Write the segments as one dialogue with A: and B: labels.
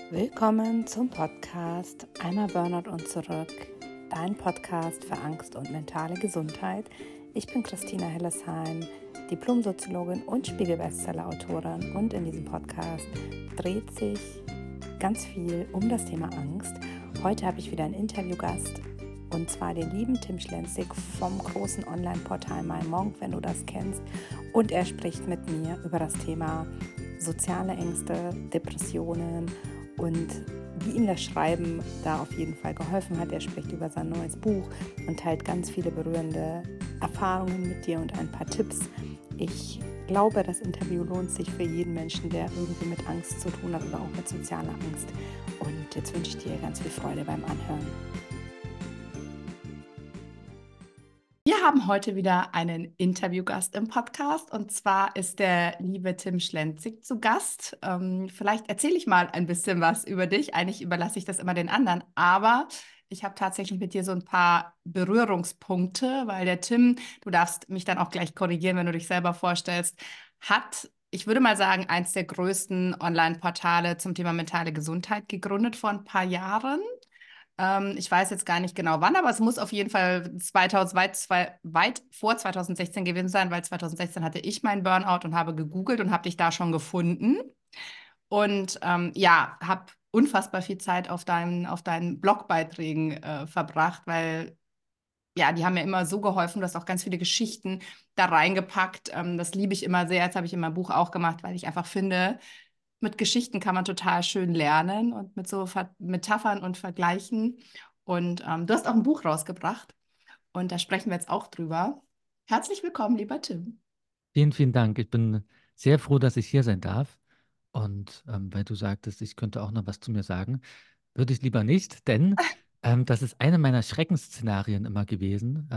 A: Willkommen zum Podcast Einmal Burnout und zurück, dein Podcast für Angst und mentale Gesundheit. Ich bin Christina Hillesheim, Diplom-Soziologin und Spiegel-Bestseller-Autorin, und in diesem Podcast dreht sich ganz viel um das Thema Angst. Heute habe ich wieder einen Interviewgast, und zwar den lieben Tim Schlenzig vom großen Online-Portal MyMonk, wenn du das kennst. Und er spricht mit mir über das Thema soziale Ängste, Depressionen und wie ihm das Schreiben da auf jeden Fall geholfen hat. Er spricht über sein neues Buch und teilt ganz viele berührende Erfahrungen mit dir und ein paar Tipps. Ich glaube, das Interview lohnt sich für jeden Menschen, der irgendwie mit Angst zu tun hat oder auch mit sozialer Angst. Und jetzt wünsche ich dir ganz viel Freude beim Anhören. Wir haben heute wieder einen Interviewgast im Podcast, und zwar ist der liebe Tim Schlenzig zu Gast. Vielleicht erzähle ich mal ein bisschen was über dich. Eigentlich überlasse ich das immer den anderen, aber ich habe tatsächlich mit dir so ein paar Berührungspunkte, weil der Tim, du darfst mich dann auch gleich korrigieren, wenn du dich selber vorstellst, hat, ich würde mal sagen, eins der größten Online-Portale zum Thema mentale Gesundheit gegründet vor ein paar Jahren. Ich weiß jetzt gar nicht genau wann, aber es muss auf jeden Fall weit vor 2016 gewesen sein, weil 2016 hatte ich meinen Burnout und habe gegoogelt und habe dich da schon gefunden. Und ja, habe unfassbar viel Zeit auf deinen Blogbeiträgen verbracht, weil ja, die haben mir immer so geholfen. Du hast auch ganz viele Geschichten da reingepackt. Das liebe ich immer sehr. Das habe ich in meinem Buch auch gemacht, weil ich einfach finde, mit Geschichten kann man total schön lernen und mit so Metaphern und Vergleichen. Und du hast auch ein Buch rausgebracht, und da sprechen wir jetzt auch drüber. Herzlich willkommen, lieber Tim.
B: Vielen, vielen Dank. Ich bin sehr froh, dass ich hier sein darf. Und weil du sagtest, ich könnte auch noch was zu mir sagen, würde ich lieber nicht, denn das ist eine meiner Schreckensszenarien immer gewesen.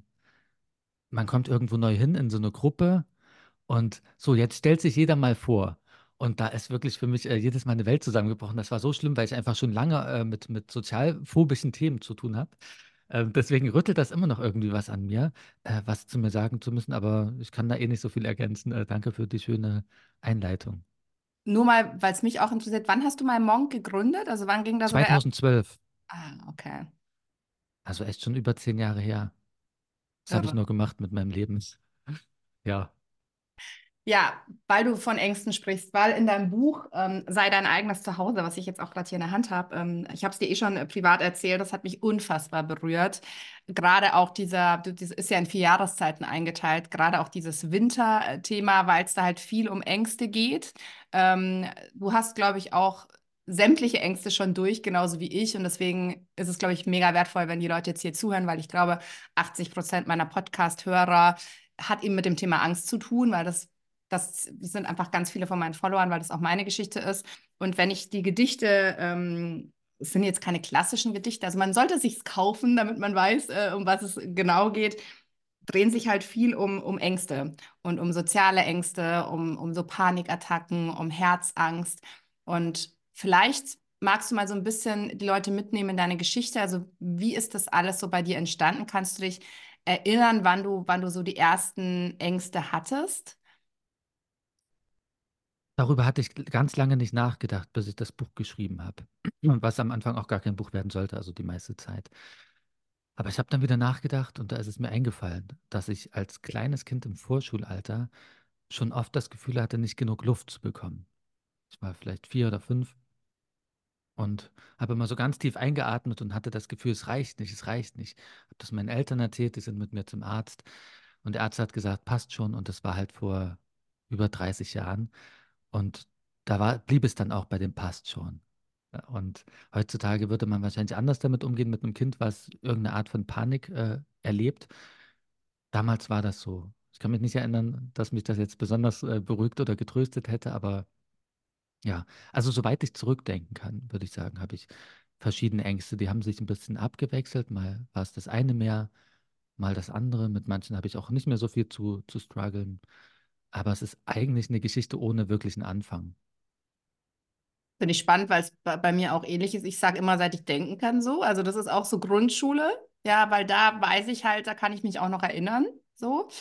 B: Man kommt irgendwo neu hin in so eine Gruppe und so, jetzt stellt sich jeder mal vor. Und da ist wirklich für mich jedes Mal eine Welt zusammengebrochen. Das war so schlimm, weil ich einfach schon lange mit sozialphobischen Themen zu tun habe. Deswegen rüttelt das immer noch irgendwie was an mir, was zu mir sagen zu müssen, aber ich kann da eh nicht so viel ergänzen. Danke für die schöne Einleitung.
A: Nur mal, weil es mich auch interessiert, wann hast du mal Monk gegründet? Also wann ging da so der erste?
B: 2012,
A: Ah, okay.
B: also echt schon über 10 Jahre her. Das habe ich
A: Irre.
B: nur gemacht mit meinem Leben. Ja.
A: Ja, weil du von Ängsten sprichst, weil in deinem Buch Sei dein eigenes Zuhause, was ich jetzt auch gerade hier in der Hand habe, ich habe es dir eh schon privat erzählt, das hat mich unfassbar berührt. Gerade auch dieser ist ja in 4 Jahreszeiten eingeteilt, gerade auch dieses Winterthema, weil es da halt viel um Ängste geht. Du hast, glaube ich, auch sämtliche Ängste schon durch, genauso wie ich. Und deswegen ist es, glaube ich, mega wertvoll, wenn die Leute jetzt hier zuhören, weil ich glaube, 80% meiner Podcast-Hörer hat eben mit dem Thema Angst zu tun, weil das sind einfach ganz viele von meinen Followern, weil das auch meine Geschichte ist. Und wenn ich die Gedichte, es sind jetzt keine klassischen Gedichte, also man sollte sich's kaufen, damit man weiß, um was es genau geht, drehen sich halt viel um Ängste und um soziale Ängste, um so Panikattacken, um Herzangst. Und vielleicht magst du mal so ein bisschen die Leute mitnehmen in deine Geschichte. Also wie ist das alles so bei dir entstanden? Kannst du dich erinnern, wann du so die ersten Ängste hattest?
B: Darüber hatte ich ganz lange nicht nachgedacht, bis ich das Buch geschrieben habe. Was am Anfang auch gar kein Buch werden sollte, also die meiste Zeit. Aber ich habe dann wieder nachgedacht und da ist es mir eingefallen, dass ich als kleines Kind im Vorschulalter schon oft das Gefühl hatte, nicht genug Luft zu bekommen. Ich war vielleicht 4 oder 5 und habe immer so ganz tief eingeatmet und hatte das Gefühl, es reicht nicht, es reicht nicht. Habe das meinen Eltern erzählt, die sind mit mir zum Arzt und der Arzt hat gesagt, passt schon, und das war halt vor über 30 Jahren und blieb es dann auch bei dem passt schon. Ja, und heutzutage würde man wahrscheinlich anders damit umgehen mit einem Kind, was irgendeine Art von Panik erlebt. Damals war das so. Ich kann mich nicht erinnern, dass mich das jetzt besonders beruhigt oder getröstet hätte, aber ja, also soweit ich zurückdenken kann, würde ich sagen, habe ich verschiedene Ängste. Die haben sich ein bisschen abgewechselt. Mal war es das eine mehr, mal das andere. Mit manchen habe ich auch nicht mehr so viel zu strugglen. Aber es ist eigentlich eine Geschichte ohne wirklichen Anfang.
A: Finde ich spannend, weil es bei mir auch ähnlich ist. Ich sage immer, seit ich denken kann, so. Also das ist auch so Grundschule, ja, weil da weiß ich halt, da kann ich mich auch noch erinnern, so.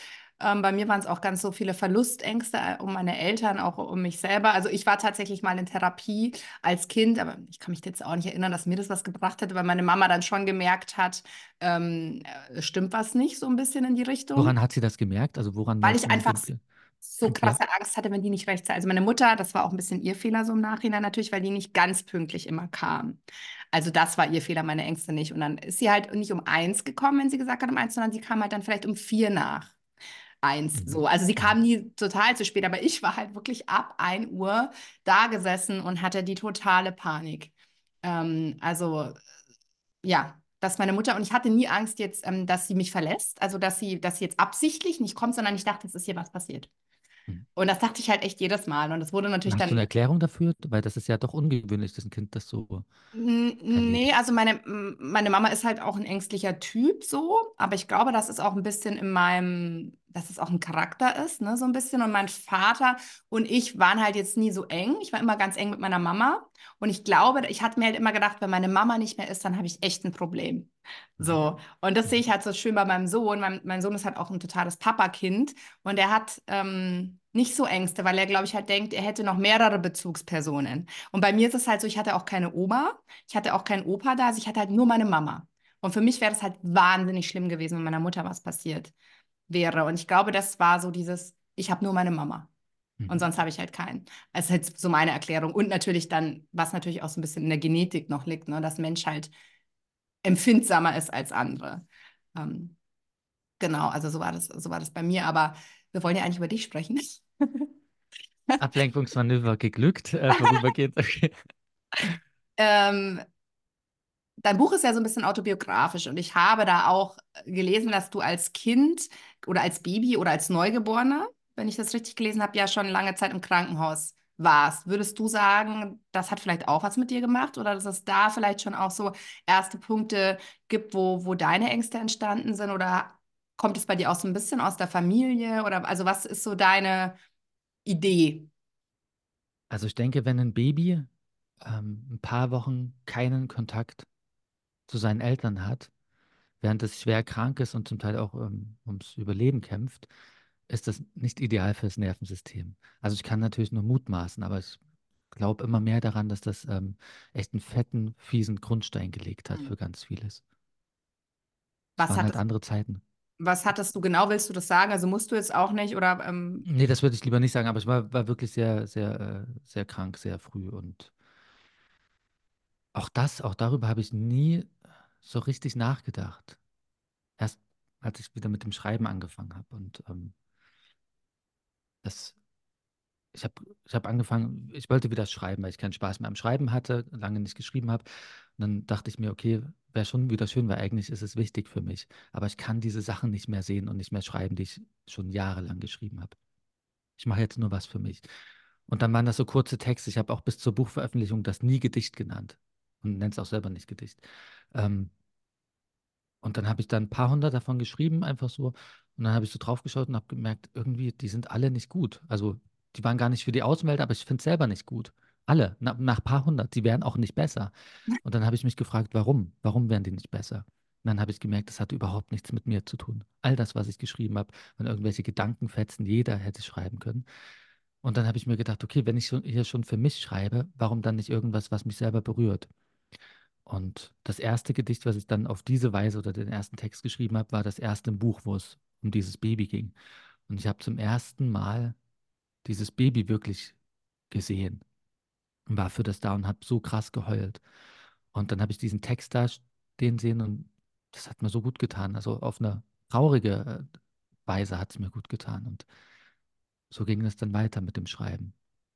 A: Bei mir waren es auch ganz so viele Verlustängste um meine Eltern, auch um mich selber. Also ich war tatsächlich mal in Therapie als Kind, aber ich kann mich jetzt auch nicht erinnern, dass mir das was gebracht hätte, weil meine Mama dann schon gemerkt hat, stimmt was nicht, so ein bisschen in die Richtung.
B: Woran hat sie das gemerkt? Also woran
A: Weil
B: merkst
A: ich
B: du eine
A: einfach so
B: ja?
A: krasse Angst hatte, wenn die nicht rechtzeitig. Also meine Mutter, das war auch ein bisschen ihr Fehler so im Nachhinein natürlich, weil die nicht ganz pünktlich immer kam. Also das war ihr Fehler, meine Ängste nicht. Und dann ist sie halt nicht um 1 gekommen, wenn sie gesagt hat um 1, sondern sie kam halt dann vielleicht um 4 nach 1.
B: Mhm.
A: So. Also sie
B: Mhm.
A: kam nie total zu spät, aber ich war halt wirklich ab 1 Uhr da gesessen und hatte die totale Panik. Also ja, dass meine Mutter, und ich hatte nie Angst jetzt, dass sie mich verlässt, also dass sie jetzt absichtlich nicht kommt, sondern ich dachte, es ist hier was passiert.
B: Mhm.
A: Und das dachte ich halt echt jedes Mal. Und das wurde
B: Und
A: natürlich
B: hast du
A: dann.
B: eine Erklärung dafür? Weil das ist ja doch ungewöhnlich, dass ein Kind das so
A: Nee,
B: erlebt.
A: also meine Mama ist halt auch ein ängstlicher Typ so, aber ich glaube, das ist auch ein bisschen dass es auch ein Charakter ist, ne, so ein bisschen. Und mein Vater und ich waren halt jetzt nie so eng. Ich war immer ganz eng mit meiner Mama. Und ich glaube, ich hatte mir halt immer gedacht, wenn meine Mama nicht mehr ist, dann habe ich echt ein Problem.
B: Mhm.
A: So. Und das sehe ich
B: Mhm.
A: halt so schön bei meinem Sohn. Mein Sohn ist halt auch ein totales Papakind. Und er hat nicht so Ängste, weil er, glaube ich, halt denkt, er hätte noch mehrere Bezugspersonen. Und bei mir ist es halt so, ich hatte auch keine Oma. Ich hatte auch keinen Opa da, also ich hatte halt nur meine Mama. Und für mich wäre das halt wahnsinnig schlimm gewesen, wenn meiner Mutter was passiert wäre. Und ich glaube, das war so dieses, ich habe nur meine Mama. Und
B: Mhm.
A: sonst habe ich halt keinen. Das ist halt so meine Erklärung. Und natürlich dann, was natürlich auch so ein bisschen in der Genetik noch liegt, ne, dass Mensch halt empfindsamer ist als andere. Ähm, genau, also so war das bei mir. Aber wir wollen ja eigentlich über dich sprechen.
B: Ablenkungsmanöver geglückt, vorübergehend. Okay.
A: ähm, Dein Buch ist ja so ein bisschen autobiografisch und ich habe da auch gelesen, dass du als Kind oder als Baby oder als Neugeborener, wenn ich das richtig gelesen habe, ja schon lange Zeit im Krankenhaus warst. Würdest du sagen, das hat vielleicht auch was mit dir gemacht oder dass es da vielleicht schon auch so erste Punkte gibt, wo deine Ängste entstanden sind oder kommt es bei dir auch so ein bisschen aus der Familie oder also was ist so deine Idee?
B: Also ich denke, wenn ein Baby ein paar Wochen keinen Kontakt zu seinen Eltern hat, während es schwer krank ist und zum Teil auch ums Überleben kämpft, ist das nicht ideal fürs Nervensystem. Also ich kann natürlich nur mutmaßen, aber ich glaube immer mehr daran, dass das echt einen fetten, fiesen Grundstein gelegt hat
A: Hm.
B: für ganz vieles. Es
A: Was
B: waren halt
A: hattest,
B: andere Zeiten.
A: was hattest du genau? Willst du das sagen? Also musst du jetzt auch nicht oder
B: Nee, das würde ich lieber nicht sagen, aber ich war wirklich sehr, sehr, sehr krank, sehr früh. Und auch darüber habe ich nie so richtig nachgedacht. Erst als ich wieder mit dem Schreiben angefangen habe. Und das, ich hab angefangen, ich wollte wieder schreiben, weil ich keinen Spaß mehr am Schreiben hatte, lange nicht geschrieben habe. Und dann dachte ich mir, okay, wäre schon wieder schön, weil eigentlich ist es wichtig für mich. Aber ich kann diese Sachen nicht mehr sehen und nicht mehr schreiben, die ich schon jahrelang geschrieben habe. Ich mache jetzt nur was für mich. Und dann waren das so kurze Texte. Ich habe auch bis zur Buchveröffentlichung das nie Gedicht genannt und nenne es auch selber nicht Gedicht. Ähm, und dann habe ich dann ein paar hundert davon geschrieben, einfach so. Und dann habe ich so drauf geschaut und habe gemerkt, irgendwie, die sind alle nicht gut. Also, die waren gar nicht für die Außenwelt, aber ich finde es selber nicht gut. Alle, nach ein paar hundert, die wären auch nicht besser. Und dann habe ich mich gefragt, warum? Warum wären die nicht besser? Und dann habe ich gemerkt, das hatte überhaupt nichts mit mir zu tun. All das, was ich geschrieben habe, waren irgendwelche Gedankenfetzen, jeder hätte schreiben können. Und dann habe ich mir gedacht, okay, wenn ich hier schon für mich schreibe, warum dann nicht irgendwas, was mich selber berührt? Und das erste Gedicht, was ich dann auf diese Weise oder den ersten Text geschrieben habe, war das erste im Buch, wo es um dieses Baby ging. Und ich habe zum ersten Mal dieses Baby wirklich gesehen und war für das da und habe so krass geheult. Und dann habe ich diesen Text da stehen sehen und das hat mir so gut getan. Also auf eine traurige Weise hat es mir gut getan. Und so ging es dann weiter mit dem Schreiben.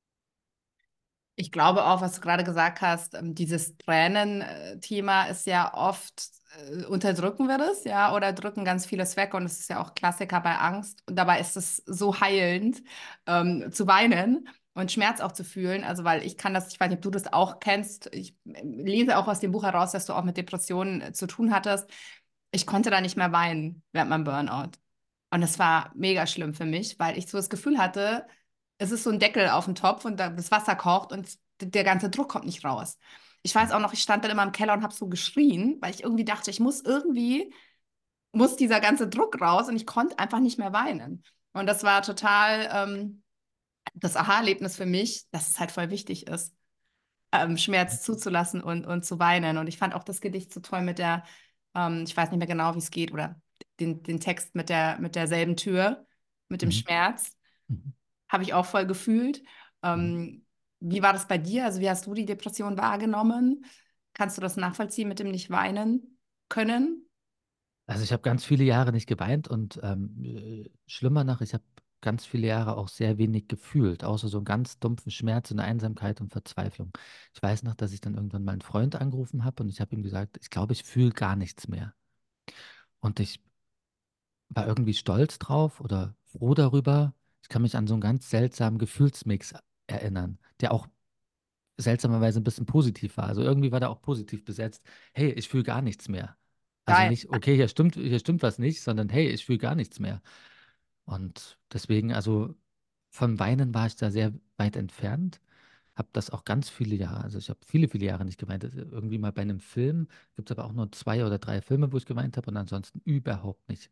A: Ich glaube auch, was du gerade gesagt hast, dieses Tränen-Thema ist ja oft, unterdrücken wir das, ja, oder drücken ganz vieles weg und es ist ja auch Klassiker bei Angst. Und dabei ist es so heilend, zu weinen und Schmerz auch zu fühlen. Also, weil ich kann das, ich weiß nicht, ob du das auch kennst. Ich lese auch aus dem Buch heraus, dass du auch mit Depressionen zu tun hattest. Ich konnte da nicht mehr weinen während meinem Burnout. Und es war mega schlimm für mich, weil ich so das Gefühl hatte, es ist so ein Deckel auf dem Topf und das Wasser kocht und der ganze Druck kommt nicht raus. Ich weiß auch noch, ich stand dann immer im Keller und habe so geschrien, weil ich irgendwie dachte, muss dieser ganze Druck raus und ich konnte einfach nicht mehr weinen. Und das war total das Aha-Erlebnis für mich, dass es halt voll wichtig ist, Schmerz zuzulassen und zu weinen. Und ich fand auch das Gedicht so toll mit der, ich weiß nicht mehr genau, wie es geht, oder den Text mit derselben Tür, mit dem
B: Mhm.
A: Schmerz,
B: Mhm.
A: habe ich auch voll gefühlt.
B: Mhm.
A: Ähm, Wie war das bei dir? Also wie hast du die Depression wahrgenommen? Kannst du das nachvollziehen mit dem nicht weinen können?
B: Also ich habe ganz viele Jahre nicht geweint und schlimmer noch, ich habe ganz viele Jahre auch sehr wenig gefühlt, außer so einen ganz dumpfen Schmerz und Einsamkeit und Verzweiflung. Ich weiß noch, dass ich dann irgendwann mal einen Freund angerufen habe und ich habe ihm gesagt, ich glaube, ich fühle gar nichts mehr. Und ich war irgendwie stolz drauf oder froh darüber. Ich kann mich an so einen ganz seltsamen Gefühlsmix erinnern, der auch seltsamerweise ein bisschen positiv war. Also irgendwie war der auch positiv besetzt. Hey, ich fühle gar nichts mehr. Also
A: Geil.
B: nicht, okay, hier stimmt was nicht, sondern hey, ich fühle gar nichts mehr. Und deswegen, also vom Weinen war ich da sehr weit entfernt. Habe das auch ganz viele Jahre, also ich habe viele, viele Jahre nicht geweint. Also irgendwie mal bei einem Film, gibt es aber auch nur 2 oder 3 Filme, wo ich geweint habe und ansonsten überhaupt nicht.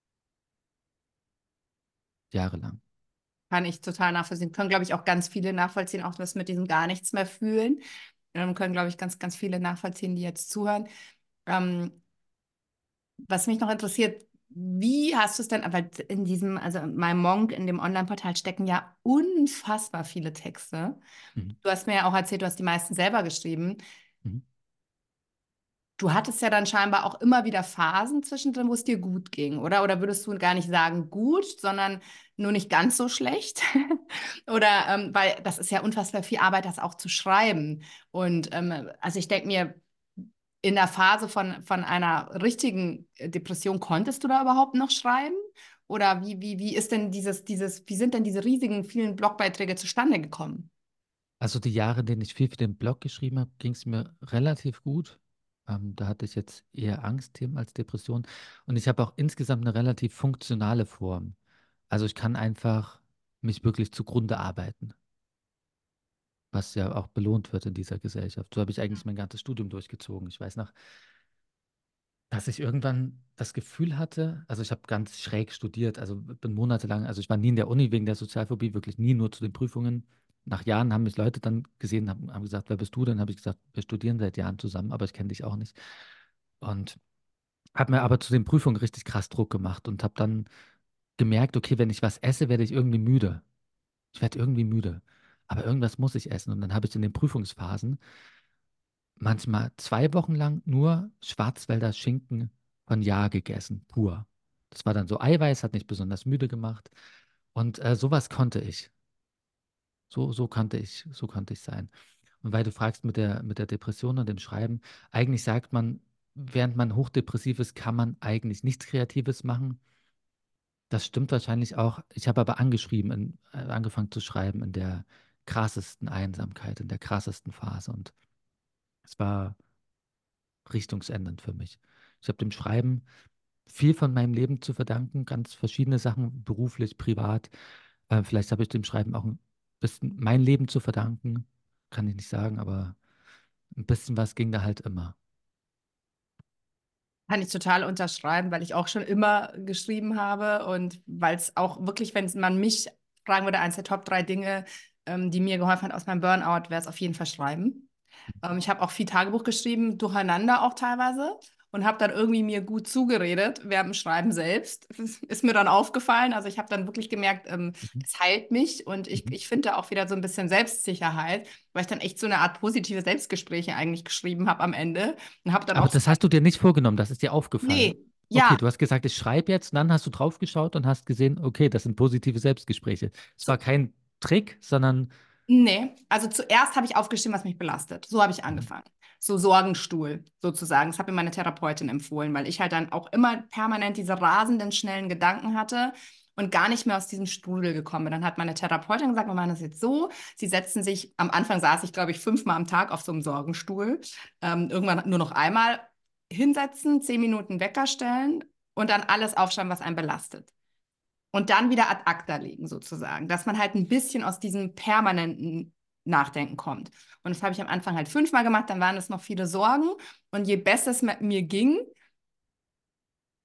B: Jahrelang.
A: Kann ich total nachvollziehen. Können, glaube ich, auch ganz viele nachvollziehen, auch das mit diesem gar nichts mehr fühlen. Können, glaube ich, ganz, ganz viele nachvollziehen, die jetzt zuhören. Ähm, Was mich noch interessiert, wie hast du es denn, weil in diesem, also in meinem Monk, in dem Online-Portal stecken ja unfassbar viele Texte.
B: Mhm.
A: Du hast mir ja auch erzählt, du hast die meisten selber geschrieben.
B: Mhm.
A: Du hattest ja dann scheinbar auch immer wieder Phasen zwischendrin, wo es dir gut ging, oder? Oder würdest du gar nicht sagen gut, sondern nur nicht ganz so schlecht? Oder, weil das ist ja unfassbar viel Arbeit, das auch zu schreiben. Und also ich denke mir, in der Phase von einer richtigen Depression, konntest du da überhaupt noch schreiben? Oder wie ist denn wie sind denn diese riesigen vielen Blogbeiträge zustande gekommen?
B: Also die Jahre, in denen ich viel für den Blog geschrieben habe, ging es mir relativ gut. Da hatte ich jetzt eher Angstthemen als Depression. Und ich habe auch insgesamt eine relativ funktionale Form. Also ich kann einfach mich wirklich zugrunde arbeiten, was ja auch belohnt wird in dieser Gesellschaft. So habe ich eigentlich mein ganzes Studium durchgezogen. Ich weiß noch, dass ich irgendwann das Gefühl hatte, also ich habe ganz schräg studiert, also bin monatelang, also ich war nie in der Uni wegen der Sozialphobie, wirklich nie, nur zu den Prüfungen. Nach Jahren haben mich Leute dann gesehen, haben gesagt, wer bist du? Dann habe ich gesagt, wir studieren seit Jahren zusammen, aber ich kenne dich auch nicht. Und habe mir aber zu den Prüfungen richtig krass Druck gemacht und habe dann gemerkt, okay, wenn ich was esse, werde ich irgendwie müde. Ich werde irgendwie müde. Aber irgendwas muss ich essen. Und dann habe ich in den Prüfungsphasen manchmal 2 Wochen lang nur Schwarzwälder Schinken von Ja gegessen, pur. Das war dann so Eiweiß, hat nicht besonders müde gemacht. Und sowas konnte ich. So konnte ich sein. Und weil du fragst mit der Depression und dem Schreiben, eigentlich sagt man, während man hochdepressiv ist, kann man eigentlich nichts Kreatives machen. Das stimmt wahrscheinlich auch. Ich habe aber angefangen zu schreiben in der krassesten Einsamkeit, in der krassesten Phase. Und es war richtungsändernd für mich. Ich habe dem Schreiben viel von meinem Leben zu verdanken, ganz verschiedene Sachen, beruflich, privat. Vielleicht habe ich dem Schreiben auch ein bisschen mein Leben zu verdanken, kann ich nicht sagen, aber ein bisschen was ging da halt immer.
A: Kann ich total unterschreiben, weil ich auch schon immer geschrieben habe und weil es auch wirklich, wenn man mich fragen würde, eins der Top 3 Dinge, die mir geholfen hat aus meinem Burnout, wäre es auf jeden Fall Schreiben. Ich habe auch viel Tagebuch geschrieben, durcheinander auch teilweise und habe dann irgendwie mir gut zugeredet während dem Schreiben selbst. Das ist mir dann aufgefallen. Also ich habe dann wirklich gemerkt,
B: Mhm.
A: es heilt mich und
B: Mhm.
A: ich finde da auch wieder so ein bisschen Selbstsicherheit, weil ich dann echt so eine Art positive Selbstgespräche eigentlich geschrieben habe am Ende und habe dann
B: Aber
A: auch so
B: das hast du dir nicht vorgenommen, das ist dir aufgefallen.
A: nee,
B: Okay,
A: ja,
B: du hast gesagt, ich schreibe jetzt, und dann hast du draufgeschaut und hast gesehen, okay, das sind positive Selbstgespräche. Es war
A: zu,
B: kein Trick, sondern
A: nee. Also zuerst habe ich aufgeschrieben, was mich belastet. So habe ich
B: mhm.
A: angefangen. So Sorgenstuhl sozusagen. Das hat mir meine Therapeutin empfohlen, weil ich halt dann auch immer permanent diese rasenden, schnellen Gedanken hatte und gar nicht mehr aus diesem Strudel gekommen bin. Dann hat meine Therapeutin gesagt, wir machen das jetzt so. Sie setzen sich, am Anfang saß ich, glaube ich, 5-mal am Tag auf so einem Sorgenstuhl. Irgendwann nur noch einmal hinsetzen, 10 Minuten Wecker stellen und dann alles aufschreiben, was einen belastet. Und dann wieder ad acta legen, sozusagen, dass man halt ein bisschen aus diesem permanenten Nachdenken kommt. Und das habe ich am Anfang halt 5-mal gemacht, dann waren es noch viele Sorgen. Und je besser es mit mir ging,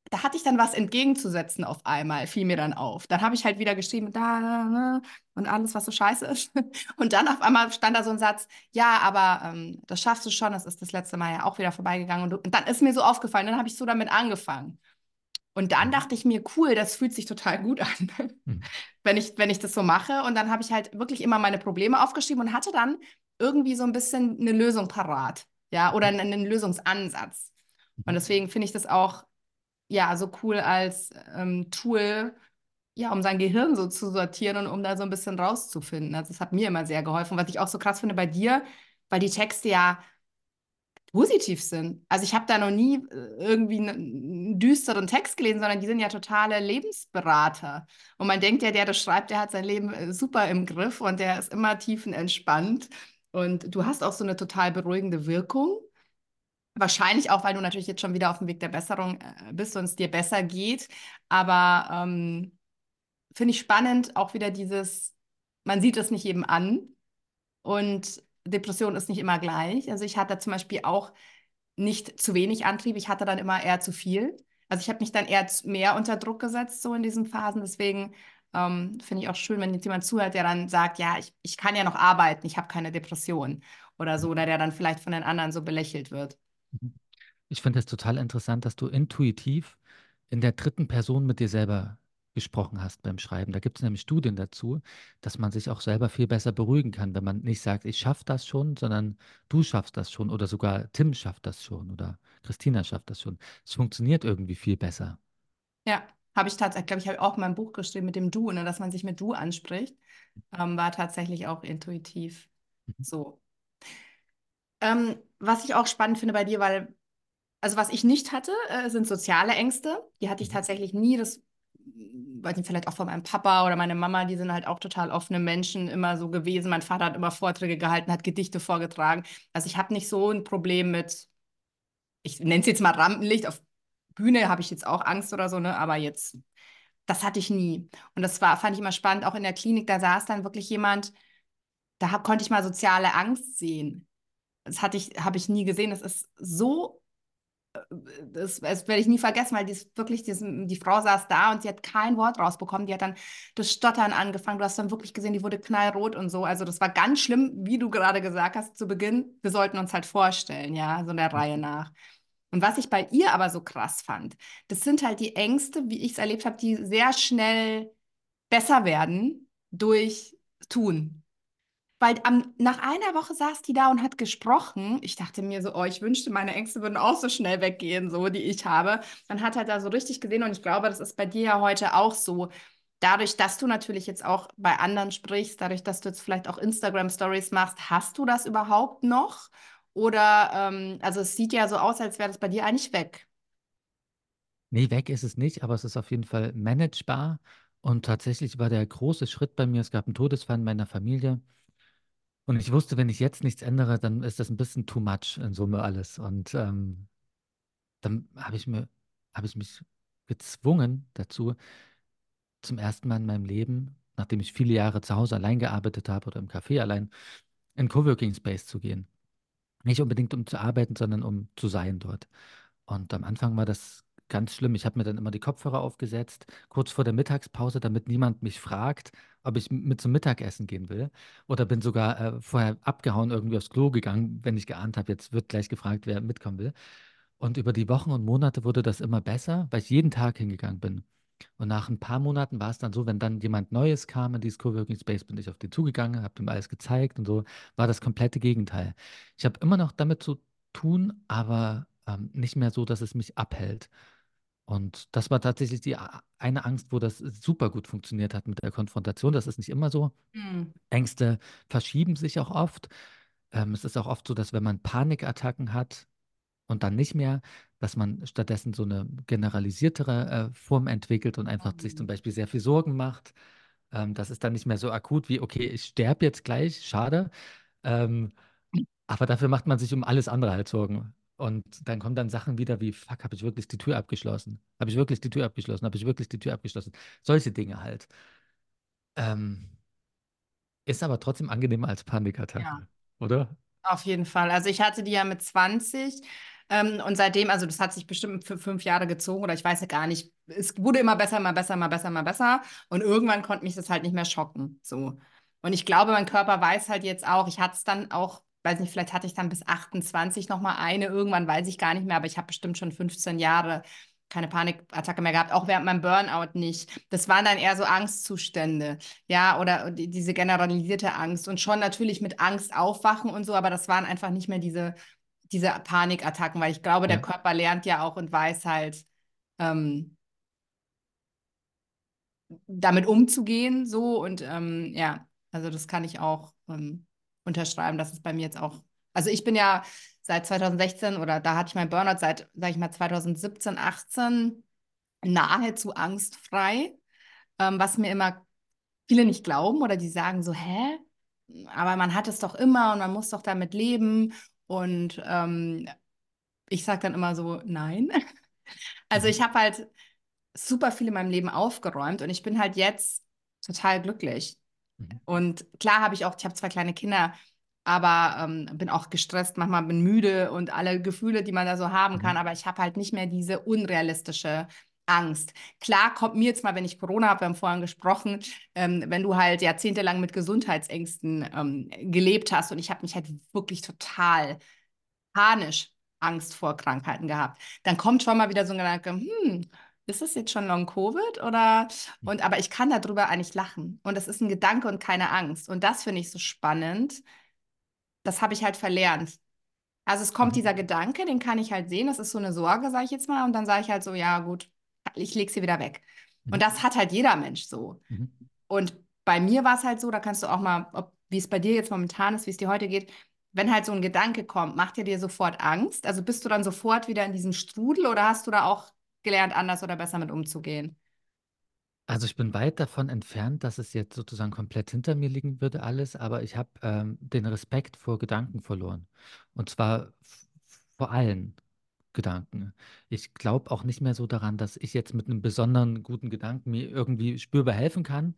A: da hatte ich dann was entgegenzusetzen auf einmal, fiel mir dann auf. Dann habe ich halt wieder geschrieben, da, und alles, was so scheiße ist. Und dann auf einmal stand da so ein Satz, ja, aber das schaffst du schon, das ist das letzte Mal ja auch wieder vorbeigegangen. Und dann ist mir so aufgefallen, dann habe ich so damit angefangen. Und dann
B: Mhm.
A: dachte ich mir, cool, das fühlt sich total gut an,
B: Mhm.
A: wenn ich das so mache. Und dann habe ich halt wirklich immer meine Probleme aufgeschrieben und hatte dann irgendwie so ein bisschen eine Lösung parat, ja, oder einen Lösungsansatz. Und
B: Mhm.
A: deswegen finde ich das auch ja, so cool als Tool, ja, um sein Gehirn so zu sortieren und um da so ein bisschen rauszufinden. Also das hat mir immer sehr geholfen. Was ich auch so krass finde bei dir, weil die Texte ja positiv sind. Also ich habe da noch nie irgendwie einen düsteren Text gelesen, sondern die sind ja totale Lebensberater. Und man denkt ja, der das schreibt, der hat sein Leben super im Griff und der ist immer tiefenentspannt. Und du hast auch so eine total beruhigende Wirkung. Wahrscheinlich auch, weil du natürlich jetzt schon wieder auf dem Weg der Besserung bist und es dir besser geht. Aber finde ich spannend, auch wieder dieses, man sieht es nicht jedem an und Depression ist nicht immer gleich. Also ich hatte zum Beispiel auch nicht zu wenig Antrieb, ich hatte dann immer eher zu viel. Also ich habe mich dann eher mehr unter Druck gesetzt, so in diesen Phasen. Deswegen finde ich auch schön, wenn jetzt jemand zuhört, der dann sagt, ja, ich kann ja noch arbeiten, ich habe keine Depression oder so, oder der dann vielleicht von den anderen so belächelt wird.
B: Mhm. Ich finde es total interessant, dass du intuitiv in der dritten Person mit dir selber gesprochen hast beim Schreiben. Da gibt es nämlich Studien dazu, dass man sich auch selber viel besser beruhigen kann, wenn man nicht sagt, ich schaffe das schon, sondern du schaffst das schon oder sogar Tim schafft das schon oder Christina schafft das schon. Es funktioniert irgendwie viel besser.
A: Ja, habe ich tatsächlich, glaube ich, habe auch in meinem Buch geschrieben mit dem Du, ne, dass man sich mit Du anspricht, war tatsächlich auch intuitiv
B: Mhm.
A: so. Was ich auch spannend finde bei dir, weil, also was ich nicht hatte, sind soziale Ängste. Die hatte ich
B: Mhm.
A: tatsächlich nie. Das, weiß nicht, vielleicht auch von meinem Papa oder meiner Mama, die sind halt auch total offene Menschen immer so gewesen. Mein Vater hat immer Vorträge gehalten, hat Gedichte vorgetragen. Also ich habe nicht so ein Problem mit, ich nenne es jetzt mal Rampenlicht. Auf Bühne habe ich jetzt auch Angst oder so, ne? Aber jetzt, das hatte ich nie. Und das war, fand ich immer spannend. Auch in der Klinik, da saß dann wirklich jemand, konnte ich mal soziale Angst sehen. Habe ich nie gesehen. Das ist so, das werde ich nie vergessen, weil die Frau saß da und sie hat kein Wort rausbekommen. Die hat dann das Stottern angefangen. Du hast dann wirklich gesehen, die wurde knallrot und so. Also das war ganz schlimm, wie du gerade gesagt hast zu Beginn. Wir sollten uns halt vorstellen, ja, so in der Reihe nach. Und was ich bei ihr aber so krass fand, das sind halt die Ängste, wie ich es erlebt habe, die sehr schnell besser werden durch Tun. Weil nach einer Woche saß die da und hat gesprochen. Ich dachte mir so, oh, ich wünschte, meine Ängste würden auch so schnell weggehen, so die ich habe. Man hat halt da so richtig gesehen und ich glaube, das ist bei dir ja heute auch so. Dadurch, dass du natürlich jetzt auch bei anderen sprichst, dadurch, dass du jetzt vielleicht auch Instagram-Stories machst, hast du das überhaupt noch? Oder, also es sieht ja so aus, als wäre das bei dir eigentlich weg.
B: Nee, weg ist es nicht, aber es ist auf jeden Fall managebar. Und tatsächlich war der große Schritt bei mir, es gab einen Todesfall in meiner Familie. Und ich wusste, wenn ich jetzt nichts ändere, dann ist das ein bisschen too much in Summe alles. Und dann habe ich mich gezwungen dazu, zum ersten Mal in meinem Leben, nachdem ich viele Jahre zu Hause allein gearbeitet habe oder im Café allein, in einen Coworking Space zu gehen. Nicht unbedingt um zu arbeiten, sondern um zu sein dort. Und am Anfang war das ganz schlimm. Ich habe mir dann immer die Kopfhörer aufgesetzt, kurz vor der Mittagspause, damit niemand mich fragt, ob ich mit zum Mittagessen gehen will. Oder bin sogar vorher abgehauen, irgendwie aufs Klo gegangen, wenn ich geahnt habe, jetzt wird gleich gefragt, wer mitkommen will. Und über die Wochen und Monate wurde das immer besser, weil ich jeden Tag hingegangen bin. Und nach ein paar Monaten war es dann so, wenn dann jemand Neues kam in dieses Coworking Space, bin ich auf den zugegangen, habe ihm alles gezeigt und so, war das komplette Gegenteil. Ich habe immer noch damit zu tun, aber nicht mehr so, dass es mich abhält. Und das war tatsächlich die eine Angst, wo das super gut funktioniert hat mit der Konfrontation. Das ist nicht immer so.
A: Hm.
B: Ängste verschieben sich auch oft. Es ist auch oft so, dass wenn man Panikattacken hat, und dann nicht mehr, dass man stattdessen so eine generalisiertere Form entwickelt und einfach sich zum
A: Mhm.
B: Beispiel sehr viel Sorgen macht. Das ist dann nicht mehr so akut wie, okay, ich sterbe jetzt gleich, schade. Ähm, aber dafür macht man sich um alles andere halt Sorgen. Und dann kommen dann Sachen wieder wie, fuck, habe ich wirklich die Tür abgeschlossen? Habe ich wirklich die Tür abgeschlossen? Habe ich wirklich die Tür abgeschlossen? Solche Dinge halt. Ähm, ist aber trotzdem angenehmer als
A: Ja.
B: Panikattacke, oder?
A: Auf jeden Fall. Also ich hatte die ja mit 20. Und seitdem, also das hat sich bestimmt für 5 Jahre gezogen oder ich weiß ja gar nicht. Es wurde immer besser, immer besser, immer besser, immer besser. Und irgendwann konnte mich das halt nicht mehr schocken. So. Und ich glaube, mein Körper weiß halt jetzt auch, ich hatte es dann auch, weiß nicht, vielleicht hatte ich dann bis 28 noch mal eine, irgendwann weiß ich gar nicht mehr, aber ich habe bestimmt schon 15 Jahre keine Panikattacke mehr gehabt, auch während meinem Burnout nicht. Das waren dann eher so Angstzustände, ja, oder diese generalisierte Angst und schon natürlich mit Angst aufwachen und so, aber das waren einfach nicht mehr diese Panikattacken, weil ich glaube, der
B: Ja,
A: Körper lernt ja auch und weiß halt, ähm, damit umzugehen, so und ja, also das kann ich auch unterschreiben, dass es bei mir jetzt auch, also ich bin ja seit 2016 oder da hatte ich meinen Burnout seit, sag ich mal, 2017, 18 nahezu angstfrei, was mir immer viele nicht glauben oder die sagen so, hä? Aber man hat es doch immer und man muss doch damit leben und ich sage dann immer so, nein. Also
B: mhm.
A: ich habe halt super viel in meinem Leben aufgeräumt und ich bin halt jetzt total glücklich.
B: Mhm.
A: Und klar habe ich habe 2 kleine Kinder, aber bin auch gestresst, manchmal bin müde und alle Gefühle, die man da so haben kann,
B: Mhm.
A: aber ich habe halt nicht mehr diese unrealistische Angst. Klar kommt mir jetzt mal, wenn ich Corona habe, wir haben vorhin gesprochen, wenn du halt jahrzehntelang mit Gesundheitsängsten gelebt hast und ich habe mich halt wirklich total panisch Angst vor Krankheiten gehabt. Dann kommt schon mal wieder so ein Gedanke, ist das jetzt schon Long-Covid oder und aber ich kann darüber eigentlich lachen und das ist ein Gedanke und keine Angst und das finde ich so spannend. Das habe ich halt verlernt. Also es kommt dieser
B: Mhm.
A: Gedanke, den kann ich halt sehen, das ist so eine Sorge, sage ich jetzt mal und dann sage ich halt so, ja gut, ich lege sie wieder weg. Und
B: Mhm.
A: das hat halt jeder Mensch so.
B: Mhm.
A: Und bei mir war es halt so, da kannst du auch mal, wie es bei dir jetzt momentan ist, wie es dir heute geht, wenn halt so ein Gedanke kommt, macht er dir sofort Angst? Also bist du dann sofort wieder in diesem Strudel oder hast du da auch gelernt, anders oder besser mit umzugehen?
B: Also ich bin weit davon entfernt, dass es jetzt sozusagen komplett hinter mir liegen würde, alles, aber ich habe den Respekt vor Gedanken verloren. Und zwar vor allen Gedanken. Ich glaube auch nicht mehr so daran, dass ich jetzt mit einem besonderen guten Gedanken mir irgendwie spürbar helfen kann.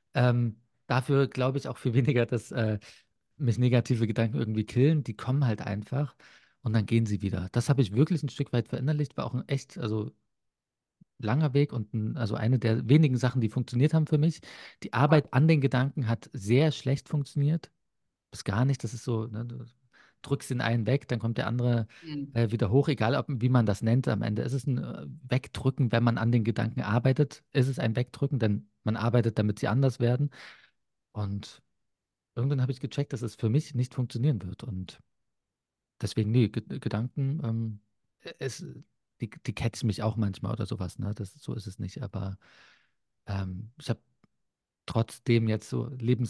B: Dafür glaube ich auch viel weniger, dass mich negative Gedanken irgendwie killen. Die kommen halt einfach und dann gehen sie wieder. Das habe ich wirklich ein Stück weit verinnerlicht, war auch ein echt, also langer Weg und also eine der wenigen Sachen, die funktioniert haben für mich. Die Arbeit an den Gedanken hat sehr schlecht funktioniert. Bis gar nicht. Das ist so, ne, du drückst den einen weg, dann kommt der andere
A: Hm.
B: wieder hoch, egal ob, wie man das nennt. Am Ende ist es ein Wegdrücken, wenn man an den Gedanken arbeitet, ist es ein Wegdrücken, denn man arbeitet, damit sie anders werden. Und irgendwann habe ich gecheckt, dass es für mich nicht funktionieren wird. Und deswegen, nee, Gedanken, es, die catchen mich auch manchmal oder sowas, ne? So ist es nicht. Aber ich habe trotzdem jetzt so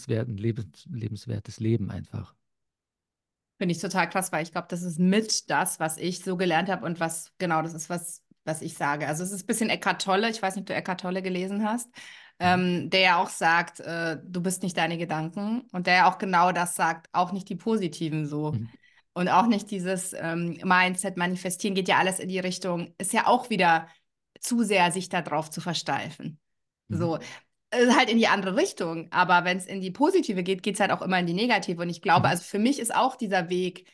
B: lebenswertes Leben einfach.
A: Finde ich total krass, weil ich glaube, das ist mit das, was ich so gelernt habe und was, genau, das ist was ich sage. Also es ist ein bisschen Eckhart Tolle, ich weiß nicht, ob du Eckhart Tolle gelesen hast,
B: Mhm.
A: der ja auch sagt, du bist nicht deine Gedanken und der ja auch genau das sagt, auch nicht die positiven so.
B: Mhm.
A: Und auch nicht dieses Mindset, manifestieren geht ja alles in die Richtung, ist ja auch wieder zu sehr, sich darauf zu versteifen.
B: Mhm.
A: So, halt in die andere Richtung. Aber wenn es in die positive geht, geht es halt auch immer in die negative. Und ich glaube,
B: Mhm.
A: also für mich ist auch dieser Weg,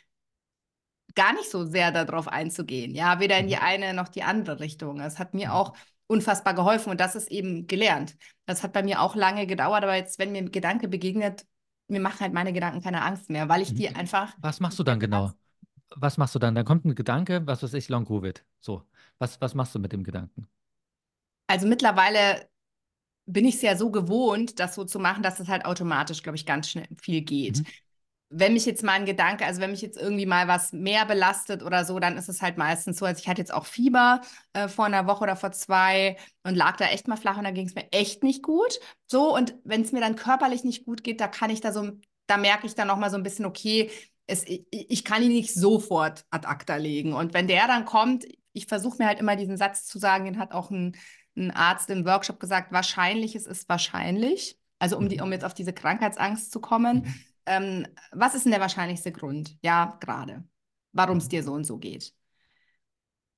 A: gar nicht so sehr darauf einzugehen. Ja, weder in die
B: Mhm.
A: eine noch die andere Richtung. Es hat mir
B: Mhm.
A: auch unfassbar geholfen und das ist eben gelernt. Das hat bei mir auch lange gedauert, aber jetzt, wenn mir ein Gedanke begegnet, mir machen halt meine Gedanken keine Angst mehr, weil ich
B: Mhm.
A: die einfach,
B: Was machst du dann genau? Was machst du dann? Dann kommt ein Gedanke, was weiß ich, Long Covid. So. Was machst du mit dem Gedanken?
A: also mittlerweile bin ich es ja so gewohnt, das so zu machen, dass es halt automatisch, glaube ich, ganz schnell viel geht.
B: Mhm.
A: Wenn mich jetzt mal ein Gedanke, also wenn mich jetzt irgendwie mal was mehr belastet oder so, dann ist es halt meistens so, also ich hatte jetzt auch Fieber vor einer Woche oder vor zwei und lag da echt mal flach und da ging es mir echt nicht gut. So, und wenn es mir dann körperlich nicht gut geht, da kann ich da so, da merke ich dann noch mal so ein bisschen, okay, ich kann ihn nicht sofort ad acta legen. Und wenn der dann kommt, ich versuche mir halt immer diesen Satz zu sagen, den hat auch ein Arzt im Workshop gesagt, wahrscheinlich, es ist wahrscheinlich. Also
B: Mhm.
A: um jetzt auf diese Krankheitsangst zu kommen.
B: Mhm.
A: Was ist denn der wahrscheinlichste Grund? Ja, gerade. Warum es
B: Mhm.
A: dir so und so geht.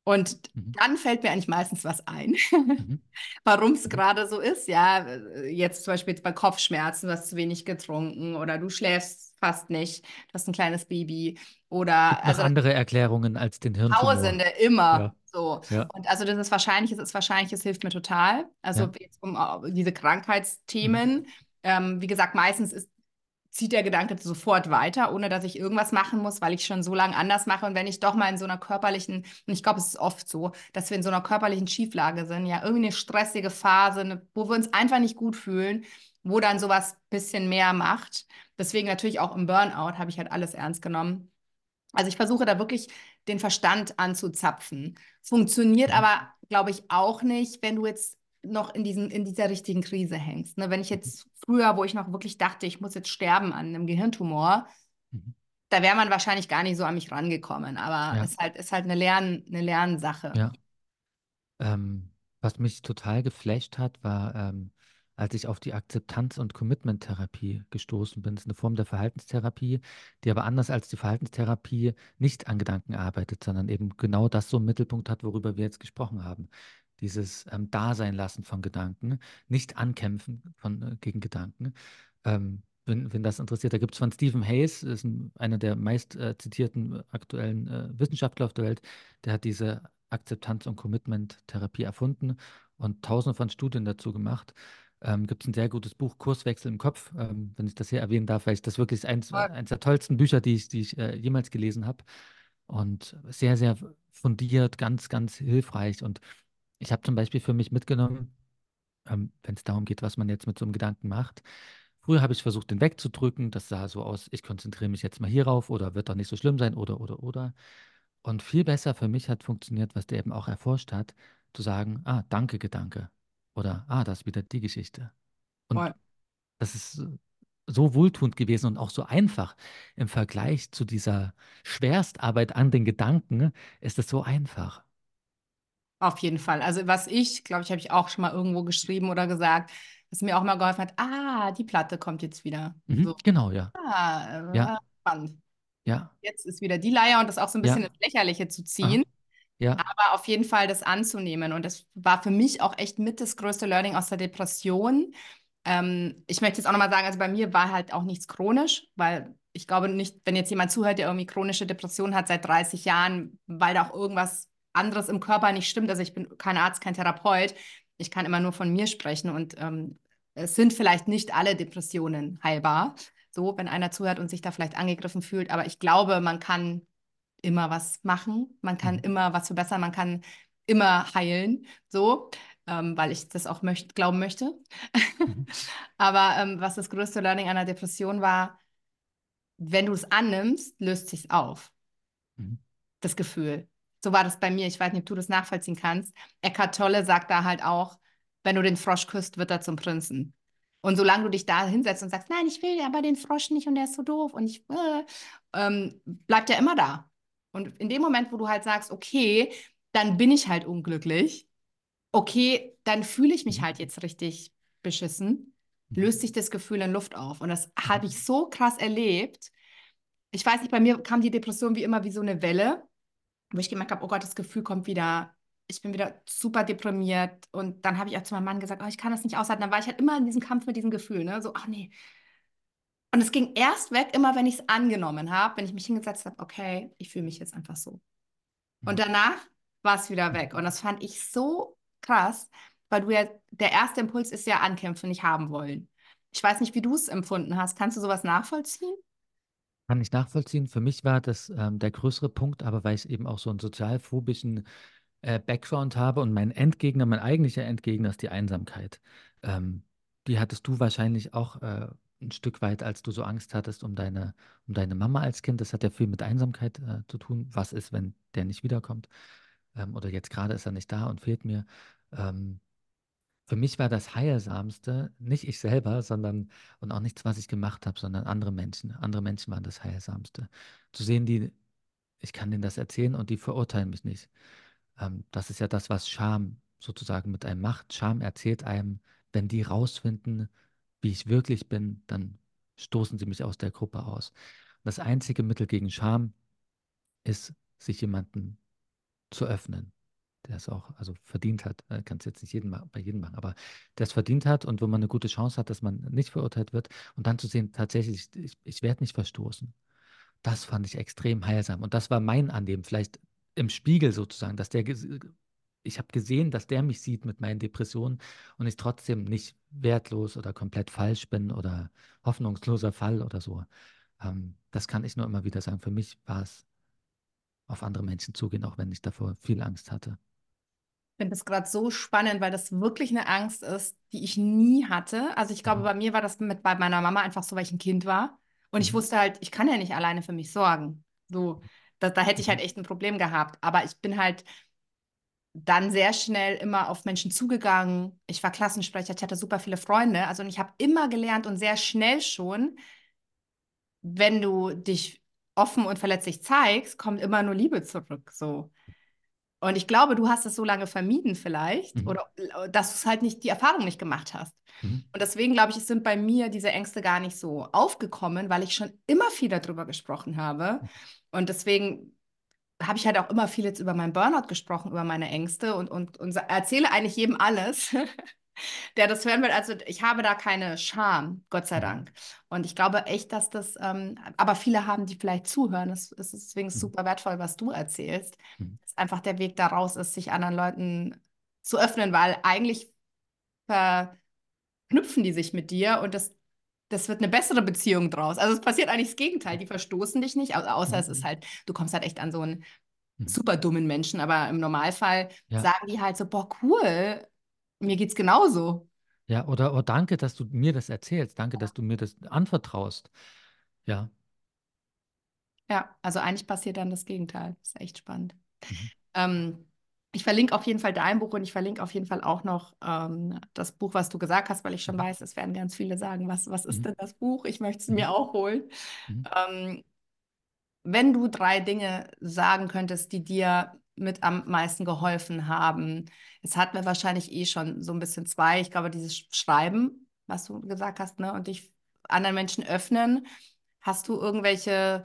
A: Und
B: Mhm.
A: dann fällt mir eigentlich meistens was ein,
B: Mhm.
A: warum es
B: Mhm.
A: gerade so ist. Ja, jetzt zum Beispiel bei Kopfschmerzen, du hast zu wenig getrunken oder du schläfst fast nicht, du hast ein kleines Baby oder
B: Gibt noch
A: also
B: andere Erklärungen als den Hirntumor.
A: Tausende immer
B: Ja,
A: so.
B: ja,
A: Und also das ist wahrscheinlich, es ist wahrscheinlich, es hilft mir total. Also
B: ja.
A: jetzt um diese
B: Mhm.
A: Krankheitsthemen. Wie gesagt, meistens zieht der Gedanke sofort weiter, ohne dass ich irgendwas machen muss, weil ich schon so lange anders mache. Und wenn ich doch mal in so einer körperlichen, und ich glaube, es ist oft so, dass wir in so einer körperlichen Schieflage sind, ja, irgendwie eine stressige Phase, wo wir uns einfach nicht gut fühlen, wo dann sowas ein bisschen mehr macht. Deswegen natürlich auch im Burnout habe ich halt alles ernst genommen. Also ich versuche da wirklich den Verstand anzuzapfen. Funktioniert
B: Mhm.
A: aber, glaube ich, auch nicht, wenn du jetzt noch in dieser richtigen Krise hängst. Ne? Wenn ich
B: Mhm.
A: jetzt früher, wo ich noch wirklich dachte, ich muss jetzt sterben an einem Gehirntumor,
B: Mhm.
A: da wäre man wahrscheinlich gar nicht so an mich rangekommen. Aber
B: Ja,
A: ist halt eine Lernsache.
B: ja. Ähm, Was mich total geflasht hat, war, als ich auf die Akzeptanz- und Commitment-Therapie gestoßen bin. Das ist eine Form der Verhaltenstherapie, die aber anders als die Verhaltenstherapie nicht an Gedanken arbeitet, sondern eben genau das so im Mittelpunkt hat, worüber wir jetzt gesprochen haben. Dieses Dasein lassen von Gedanken, nicht ankämpfen gegen Gedanken. Wenn das interessiert, da gibt es von Stephen Hayes, ist einer der meist zitierten aktuellen Wissenschaftler auf der Welt, der hat diese Akzeptanz- und Commitment-Therapie erfunden und tausende von Studien dazu gemacht. Gibt es ein sehr gutes Buch, Kurswechsel im Kopf, wenn ich das hier erwähnen darf, weil ich das wirklich eins der tollsten Bücher, die ich jemals gelesen habe. Und sehr, sehr fundiert, ganz, ganz hilfreich. Und ich habe zum Beispiel für mich mitgenommen, wenn es darum geht, was man jetzt mit so einem Gedanken macht. Früher habe ich versucht, den wegzudrücken. Das sah so aus, ich konzentriere mich jetzt mal hierauf oder wird doch nicht so schlimm sein oder. Und viel besser für mich hat funktioniert, was der eben auch erforscht hat, zu sagen, danke, Gedanke. Oder, das ist wieder die Geschichte. Und
A: Voll.
B: das ist so wohltuend gewesen und auch so einfach. Im Vergleich zu dieser Schwerstarbeit an den Gedanken ist es so einfach.
A: Auf jeden Fall. Also was ich, glaube ich, habe ich auch schon mal irgendwo geschrieben oder gesagt, was mir auch mal geholfen hat, die Platte kommt jetzt wieder.
B: Mhm,
A: So,
B: genau, ja. Ja,
A: spannend.
B: ja,
A: Jetzt ist wieder die Leier und das auch so ein bisschen
B: ja.
A: ins Lächerliche zu
B: Aha,
A: ziehen,
B: ja.
A: aber auf jeden Fall das anzunehmen. Und das war für mich auch echt mit das größte Learning aus der Depression. Ich möchte jetzt auch nochmal sagen, also bei mir war halt auch nichts chronisch, weil ich glaube nicht, wenn jetzt jemand zuhört, der irgendwie chronische Depression hat seit 30 Jahren, weil da auch irgendwas anderes im Körper nicht stimmt. Also ich bin kein Arzt, kein Therapeut. Ich kann immer nur von mir sprechen und es sind vielleicht nicht alle Depressionen heilbar. So, wenn einer zuhört und sich da vielleicht angegriffen fühlt. Aber ich glaube, man kann immer was machen, man kann
B: Mhm,
A: immer was verbessern, man kann immer heilen. So, weil ich das auch glauben möchte.
B: mhm,
A: Aber was das größte Learning einer Depression war, wenn du es annimmst, löst sich's auf,
B: mhm,
A: das Gefühl. So war das bei mir. Ich weiß nicht, ob du das nachvollziehen kannst. Eckhart Tolle sagt da halt auch, wenn du den Frosch küsst, wird er zum Prinzen. Und solange du dich da hinsetzt und sagst, nein, ich will aber den Frosch nicht und der ist so doof und bleibt er immer da. Und in dem Moment, wo du halt sagst, okay, dann bin ich halt unglücklich, okay, dann fühle ich mich
B: mhm,
A: halt jetzt richtig beschissen,
B: mhm,
A: löst sich das Gefühl in Luft auf. Und das
B: mhm,
A: habe ich so krass erlebt. Ich weiß nicht, bei mir kam die Depression wie immer wie so eine Welle, wo ich gemerkt habe, oh Gott, das Gefühl kommt wieder. Ich bin wieder super deprimiert. Und dann habe ich auch zu meinem Mann gesagt, oh, ich kann das nicht aushalten. Dann war ich halt immer in diesem Kampf mit diesem Gefühl, ne? So, ach nee. Und es ging erst weg, immer wenn ich es angenommen habe, wenn ich mich hingesetzt habe, okay, ich fühle mich jetzt einfach so. Und
B: mhm,
A: danach war es wieder
B: mhm.
A: weg. Und das fand ich so krass, weil der erste Impuls ist ja ankämpfen, nicht haben wollen. Ich weiß nicht, wie du es empfunden hast. Kannst du sowas nachvollziehen?
B: Kann ich nachvollziehen. Für mich war das der größere Punkt, aber weil ich eben auch so einen sozialphobischen Background habe und mein Endgegner, mein eigentlicher Endgegner ist die Einsamkeit. Ähm, Die hattest du wahrscheinlich auch ein Stück weit, als du so Angst hattest um deine Mama als Kind. Das hat ja viel mit Einsamkeit zu tun. Was ist, wenn der nicht wiederkommt? Oder jetzt gerade ist er nicht da und fehlt mir. Ähm, für mich war das Heilsamste, nicht ich selber, sondern, und auch nichts, was ich gemacht habe, sondern andere Menschen. Andere Menschen waren das Heilsamste. Zu sehen, ich kann denen das erzählen und die verurteilen mich nicht. Das ist ja das, was Scham sozusagen mit einem macht. Scham erzählt einem, wenn die rausfinden, wie ich wirklich bin, dann stoßen sie mich aus der Gruppe aus. Das einzige Mittel gegen Scham ist, sich jemanden zu öffnen, der es auch also verdient hat. Kann es jetzt nicht bei jedem machen, aber der es verdient hat und wo man eine gute Chance hat, dass man nicht verurteilt wird und dann zu sehen, tatsächlich, ich werde nicht verstoßen. Das fand ich extrem heilsam. Und das war mein Anliegen, vielleicht im Spiegel sozusagen, ich habe gesehen, dass der mich sieht mit meinen Depressionen und ich trotzdem nicht wertlos oder komplett falsch bin oder hoffnungsloser Fall oder so. Das kann ich nur immer wieder sagen. Für mich war es auf andere Menschen zugehen, auch wenn ich davor viel Angst hatte.
A: Ich finde das gerade so spannend, weil das wirklich eine Angst ist, die ich nie hatte. Also ich glaube,
B: Mhm.
A: bei mir war das bei meiner Mama einfach so, weil ich ein Kind war. Und ich
B: Mhm.
A: wusste halt, ich kann ja nicht alleine für mich sorgen. So, da hätte ich halt
B: Mhm.
A: echt ein Problem gehabt. Aber ich bin halt dann sehr schnell immer auf Menschen zugegangen. Ich war Klassensprecher, ich hatte super viele Freunde. Also und ich habe immer gelernt und sehr schnell schon, wenn du dich offen und verletzlich zeigst, kommt immer nur Liebe zurück. So. Und ich glaube, du hast es so lange vermieden vielleicht
B: Mhm.
A: oder dass du es halt nicht, die Erfahrung nicht gemacht hast.
B: Mhm.
A: Und deswegen glaube ich, es sind bei mir diese Ängste gar nicht so aufgekommen, weil ich schon immer viel darüber gesprochen habe. Und deswegen habe ich halt auch immer viel jetzt über meinen Burnout gesprochen, über meine Ängste und erzähle eigentlich jedem alles, der das hören will. Also ich habe da keine Scham, Gott sei
B: Mhm.
A: Dank. Und ich glaube echt, dass das, aber viele haben, die vielleicht zuhören. Es ist deswegen
B: Mhm.
A: super wertvoll, was du erzählst.
B: Mhm.
A: Dass einfach der Weg daraus ist, sich anderen Leuten zu öffnen, weil eigentlich verknüpfen die sich mit dir und das wird eine bessere Beziehung draus. Also es passiert eigentlich das Gegenteil. Die verstoßen dich nicht, außer es ist
B: Mhm.
A: halt, du kommst halt echt an so einen
B: Mhm.
A: super dummen Menschen, aber im Normalfall
B: Ja,
A: sagen die halt so, boah, cool, mir geht's genauso.
B: ja, oder oh, danke, dass du mir das erzählst. Danke, dass du mir das anvertraust. Ja.
A: Ja, also eigentlich passiert dann das Gegenteil. Das ist echt spannend.
B: Mhm.
A: Ähm, ich verlinke auf jeden Fall dein Buch und ich verlinke auf jeden Fall auch noch das Buch, was du gesagt hast, weil ich schon
B: Mhm.
A: weiß, es werden ganz viele sagen, was ist
B: Mhm.
A: denn das Buch? Ich möchte es
B: Mhm.
A: mir auch holen.
B: Mhm.
A: Ähm, wenn du drei Dinge sagen könntest, die dir mit am meisten geholfen haben, es hat mir wahrscheinlich eh schon so ein bisschen zwei, ich glaube, dieses Schreiben, was du gesagt hast, ne, und dich anderen Menschen öffnen. Hast du irgendwelche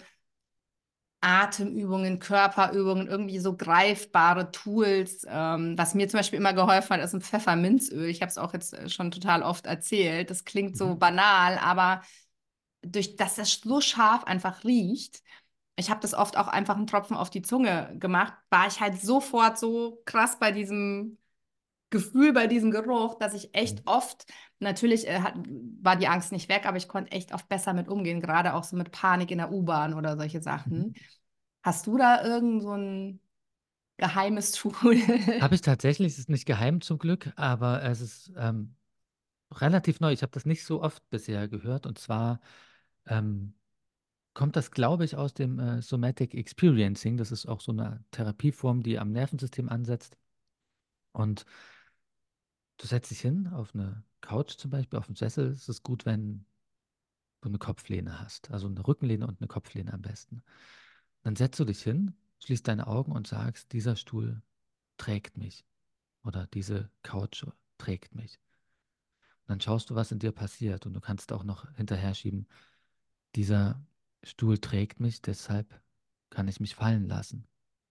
A: Atemübungen, Körperübungen, irgendwie so greifbare Tools? Was mir zum Beispiel immer geholfen hat, ist ein Pfefferminzöl. Ich habe es auch jetzt schon total oft erzählt. Das klingt so
B: Mhm.
A: banal, aber durch dass das so scharf einfach riecht, ich habe das oft auch einfach einen Tropfen auf die Zunge gemacht, war ich halt sofort so krass bei diesem Gefühl, bei diesem Geruch, dass ich echt
B: Mhm.
A: oft, natürlich war die Angst nicht weg, aber ich konnte echt oft besser mit umgehen, gerade auch so mit Panik in der U-Bahn oder solche
B: Mhm.
A: Sachen. Hast du da irgend so ein geheimes Tool?
B: Habe ich tatsächlich, es ist nicht geheim zum Glück, aber es ist relativ neu. Ich habe das nicht so oft bisher gehört. Und zwar ähm, kommt das, glaube ich, aus dem Somatic Experiencing. Das ist auch so eine Therapieform, die am Nervensystem ansetzt. Und du setzt dich hin auf eine Couch zum Beispiel, auf einen Sessel. Es ist gut, wenn du eine Kopflehne hast. Also eine Rückenlehne und eine Kopflehne am besten. Dann setzt du dich hin, schließt deine Augen und sagst, dieser Stuhl trägt mich oder diese Couch trägt mich. Dann schaust du, was in dir passiert und du kannst auch noch hinterher schieben, dieser Stuhl trägt mich, deshalb kann ich mich fallen lassen.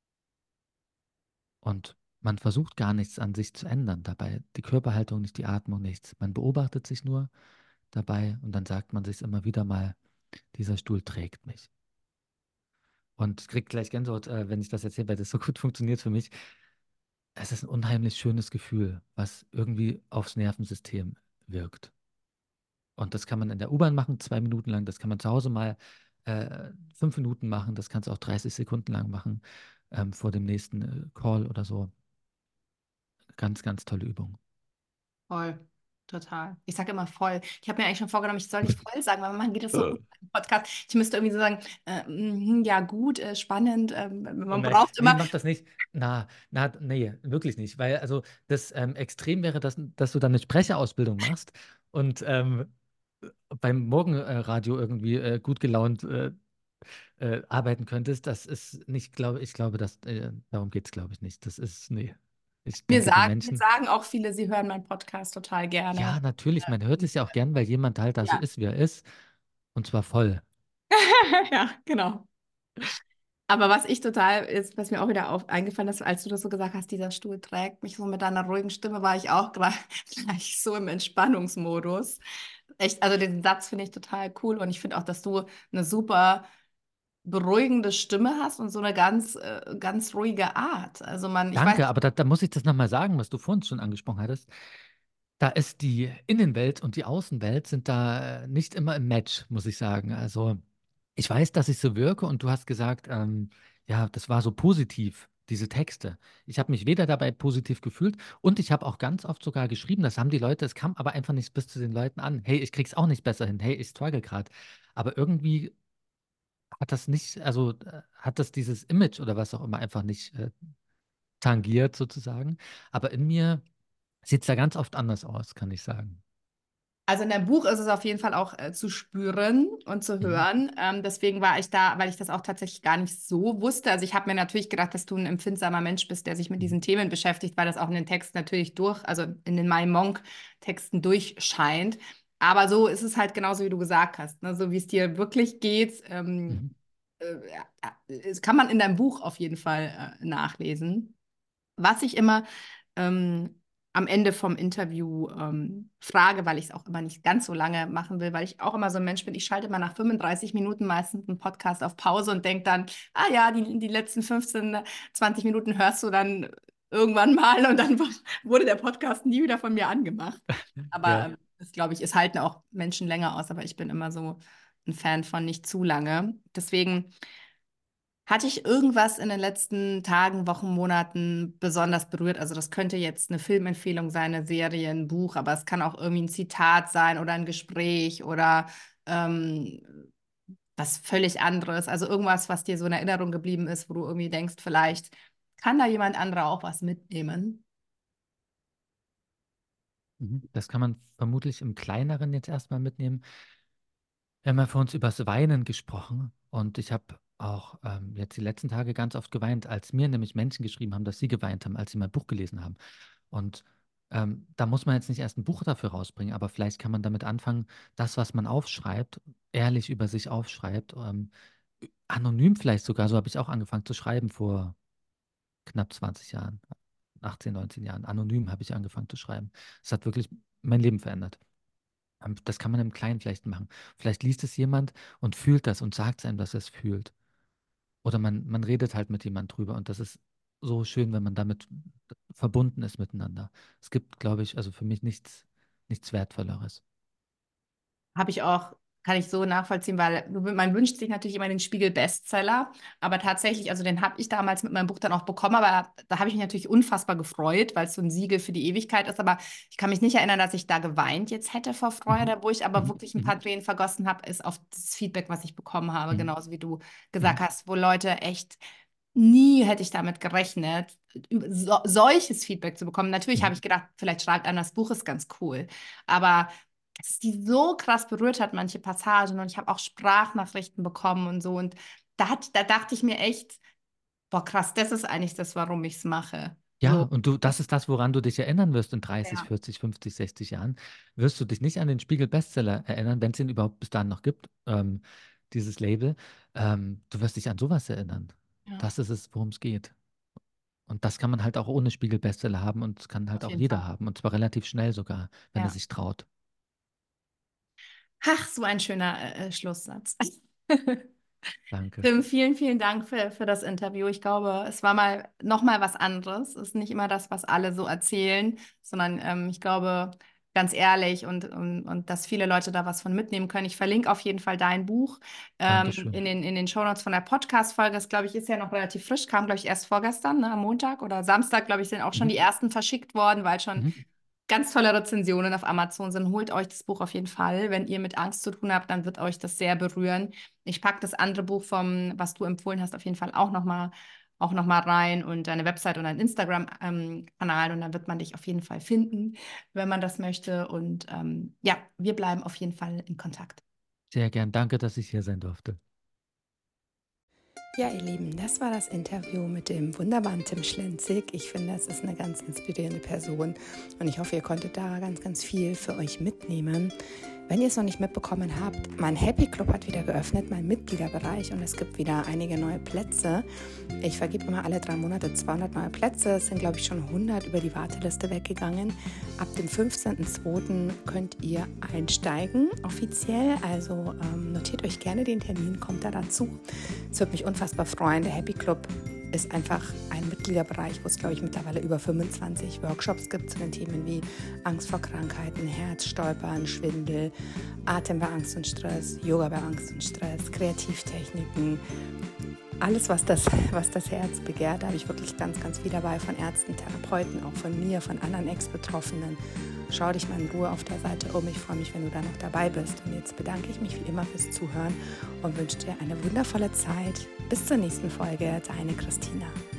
B: Und man versucht gar nichts an sich zu ändern dabei. Die Körperhaltung nicht, die Atmung nichts. Man beobachtet sich nur dabei und dann sagt man sich immer wieder mal, dieser Stuhl trägt mich. Und ich kriege gleich Gänsehaut, wenn ich das erzähle, weil das so gut funktioniert für mich. Es ist ein unheimlich schönes Gefühl, was irgendwie aufs Nervensystem wirkt. Und das kann man in der U-Bahn machen, 2 Minuten lang. Das kann man zu Hause mal 5 Minuten machen. Das kannst du auch 30 Sekunden lang machen vor dem nächsten Call oder so. Ganz, ganz tolle Übung.
A: Voll, total. Ich sage immer voll. Ich habe mir eigentlich schon vorgenommen, ich soll nicht voll sagen, weil man geht das so
B: Äh.
A: um im Podcast. Ich müsste irgendwie so sagen, ja gut, spannend.
B: Oh
A: Man
B: nein,
A: braucht
B: nee,
A: immer.
B: mach das nicht. Nee, wirklich nicht. Weil also das Extrem wäre, dass du dann eine Sprecherausbildung machst und beim Morgenradio irgendwie gut gelaunt arbeiten könntest. Das ist nicht, ich glaube, darum geht es, glaube ich, nicht. Das ist, nee. Ich denke, die
A: Mir
B: Menschen,
A: sagen auch viele, sie hören meinen Podcast total gerne.
B: ja, natürlich, man hört es ja auch gern, weil jemand halt da so
A: Ja,
B: ist, wie er ist. Und zwar voll.
A: ja, genau. Aber was mir auch wieder eingefallen ist, als du das so gesagt hast, dieser Stuhl trägt mich so mit deiner ruhigen Stimme, war ich auch gleich so im Entspannungsmodus. Echt, also den Satz finde ich total cool und ich finde auch, dass du eine super beruhigende Stimme hast und so eine ganz ruhige Art. Also ich weiß
B: Danke,
A: nicht,
B: aber da muss ich das noch mal sagen, was du vorhin schon angesprochen hattest. Da ist die Innenwelt und die Außenwelt sind da, nicht immer im Match, muss ich sagen. Also, ich weiß, dass ich so wirke und du hast gesagt, ja, das war so positiv, diese Texte. Ich habe mich weder dabei positiv gefühlt und ich habe auch ganz oft sogar geschrieben, das haben die Leute, es kam aber einfach nicht bis zu den Leuten an. Hey, ich krieg's auch nicht besser hin. Hey, ich struggle gerade. Aber irgendwie hat das nicht, also hat das dieses Image oder was auch immer einfach nicht tangiert sozusagen. Aber in mir sieht es da ganz oft anders aus, kann ich sagen.
A: also in deinem Buch ist es auf jeden Fall auch zu spüren und zu
B: Mhm.
A: hören. Deswegen war ich da, weil ich das auch tatsächlich gar nicht so wusste. Also ich habe mir natürlich gedacht, dass du ein empfindsamer Mensch bist, der sich mit
B: Mhm.
A: diesen Themen beschäftigt, weil das auch in den Texten natürlich also in den My Monk-Texten durchscheint. Aber so ist es halt genauso, wie du gesagt hast. Ne? So wie es dir wirklich geht,
B: Mhm.
A: kann man in deinem Buch auf jeden Fall nachlesen. Was ich immer am Ende vom Interview frage, weil ich es auch immer nicht ganz so lange machen will, weil ich auch immer so ein Mensch bin, ich schalte immer nach 35 Minuten meistens einen Podcast auf Pause und denke dann, ah ja, die letzten 15, 20 Minuten hörst du dann irgendwann mal und dann wurde der Podcast nie wieder von mir angemacht. Aber
B: Ja.
A: das, glaube ich, es halten auch Menschen länger aus, aber ich bin immer so ein Fan von nicht zu lange. Deswegen hatte ich irgendwas in den letzten Tagen, Wochen, Monaten besonders berührt? Also das könnte jetzt eine Filmempfehlung sein, eine Serie, ein Buch, aber es kann auch irgendwie ein Zitat sein oder ein Gespräch oder was völlig anderes. Also irgendwas, was dir so in Erinnerung geblieben ist, wo du irgendwie denkst, vielleicht kann da jemand anderer auch was mitnehmen.
B: Mhm. Das kann man vermutlich im Kleineren jetzt erstmal mitnehmen. Wir haben ja vor uns übers Weinen gesprochen und ich habe auch jetzt die letzten Tage ganz oft geweint, als mir nämlich Menschen geschrieben haben, dass sie geweint haben, als sie mein Buch gelesen haben. Und da muss man jetzt nicht erst ein Buch dafür rausbringen, aber vielleicht kann man damit anfangen, das, was man aufschreibt, ehrlich über sich aufschreibt, anonym vielleicht sogar, so habe ich auch angefangen zu schreiben vor knapp 20 Jahren, 18, 19 Jahren. Anonym habe ich angefangen zu schreiben. Das hat wirklich mein Leben verändert. Das kann man im Kleinen vielleicht machen. Vielleicht liest es jemand und fühlt das und sagt es einem, dass er es fühlt. Oder man redet halt mit jemand drüber und das ist so schön, wenn man damit verbunden ist miteinander. Es gibt, glaube ich, also für mich nichts Wertvolleres.
A: Habe ich auch, kann ich so nachvollziehen, weil man wünscht sich natürlich immer den Spiegel-Bestseller, aber tatsächlich, also den habe ich damals mit meinem Buch dann auch bekommen, aber da habe ich mich natürlich unfassbar gefreut, weil es so ein Siegel für die Ewigkeit ist, aber ich kann mich nicht erinnern, dass ich da geweint jetzt hätte vor
B: Mhm.
A: Freude, wo ich aber
B: Mhm.
A: wirklich ein paar
B: Mhm.
A: Tränen vergossen habe, ist auf das Feedback, was ich bekommen habe,
B: Mhm.
A: genauso wie du gesagt
B: Mhm.
A: hast, wo Leute echt nie hätte ich damit gerechnet, solches Feedback zu bekommen. Natürlich habe
B: Mhm.
A: ich gedacht, vielleicht schreibt einer, das Buch ist ganz cool. Aber dass es die so krass berührt hat, manche Passagen. Und ich habe auch Sprachnachrichten bekommen und so. Und da dachte ich mir echt, boah, krass, das ist eigentlich das, warum ich es mache.
B: Ja,
A: So,
B: und das ist das, woran du dich erinnern wirst in 30,
A: ja.
B: 40, 50, 60 Jahren. Wirst du dich nicht an den Spiegel-Bestseller erinnern, wenn es ihn überhaupt bis dahin noch gibt, dieses Label. Du wirst dich an sowas erinnern.
A: Ja,
B: Das ist es, worum es geht. Und das kann man halt auch ohne Spiegel-Bestseller haben und das kann halt
A: auf
B: auch
A: jeden Fall.
B: jeder haben. Und zwar relativ schnell sogar, wenn er
A: Ja.
B: sich traut.
A: Ach, so ein schöner Schlusssatz.
B: Danke.
A: Tim, vielen, vielen Dank für das Interview. Ich glaube, es war mal noch mal was anderes. Es ist nicht immer das, was alle so erzählen, sondern ich glaube, ganz ehrlich und dass viele Leute da was von mitnehmen können. Ich verlinke auf jeden Fall dein Buch
B: Dankeschön.
A: in den Shownotes von der Podcast-Folge. Das, glaube ich, ist ja noch relativ frisch, kam, glaube ich, erst vorgestern, ne, am Montag oder Samstag, glaube ich, sind auch schon die
B: Mhm.
A: ersten verschickt worden, weil schon
B: Mhm.
A: ganz tolle Rezensionen auf Amazon sind. Holt euch das Buch auf jeden Fall. Wenn ihr mit Angst zu tun habt, dann wird euch das sehr berühren. Ich packe das andere Buch was du empfohlen hast, auf jeden Fall auch noch mal rein und deine Website und deinen Instagram-Kanal und dann wird man dich auf jeden Fall finden, wenn man das möchte. Und ja, wir bleiben auf jeden Fall in Kontakt.
B: Sehr gern. Danke, dass ich hier sein durfte.
C: Ja, ihr Lieben, das war das Interview mit dem wunderbaren Tim Schlenzig. Ich finde, es ist eine ganz inspirierende Person und ich hoffe, ihr konntet da ganz, ganz viel für euch mitnehmen. Wenn ihr es noch nicht mitbekommen habt, mein Happy Club hat wieder geöffnet, mein Mitgliederbereich, und es gibt wieder einige neue Plätze. Ich vergebe immer alle 3 Monate 200 neue Plätze. Es sind, glaube ich, schon 100 über die Warteliste weggegangen. Ab dem 15.02. könnt ihr einsteigen, offiziell. Also notiert euch gerne den Termin, kommt da dazu. Es würde mich unfassbar freuen. Der Happy Club ist einfach ein Mitgliederbereich, wo es, glaube ich, mittlerweile über 25 Workshops gibt zu den Themen wie Angst vor Krankheiten, Herzstolpern, Schwindel, Atem bei Angst und Stress, Yoga bei Angst und Stress, Kreativtechniken. Alles, was das Herz begehrt, da habe ich wirklich ganz, ganz viel dabei von Ärzten, Therapeuten, auch von mir, von anderen Ex-Betroffenen. Schau dich mal in Ruhe auf der Seite um. Ich freue mich, wenn du da noch dabei bist. Und jetzt bedanke ich mich wie immer fürs Zuhören und wünsche dir eine wundervolle Zeit. Bis zur nächsten Folge. Deine Christina.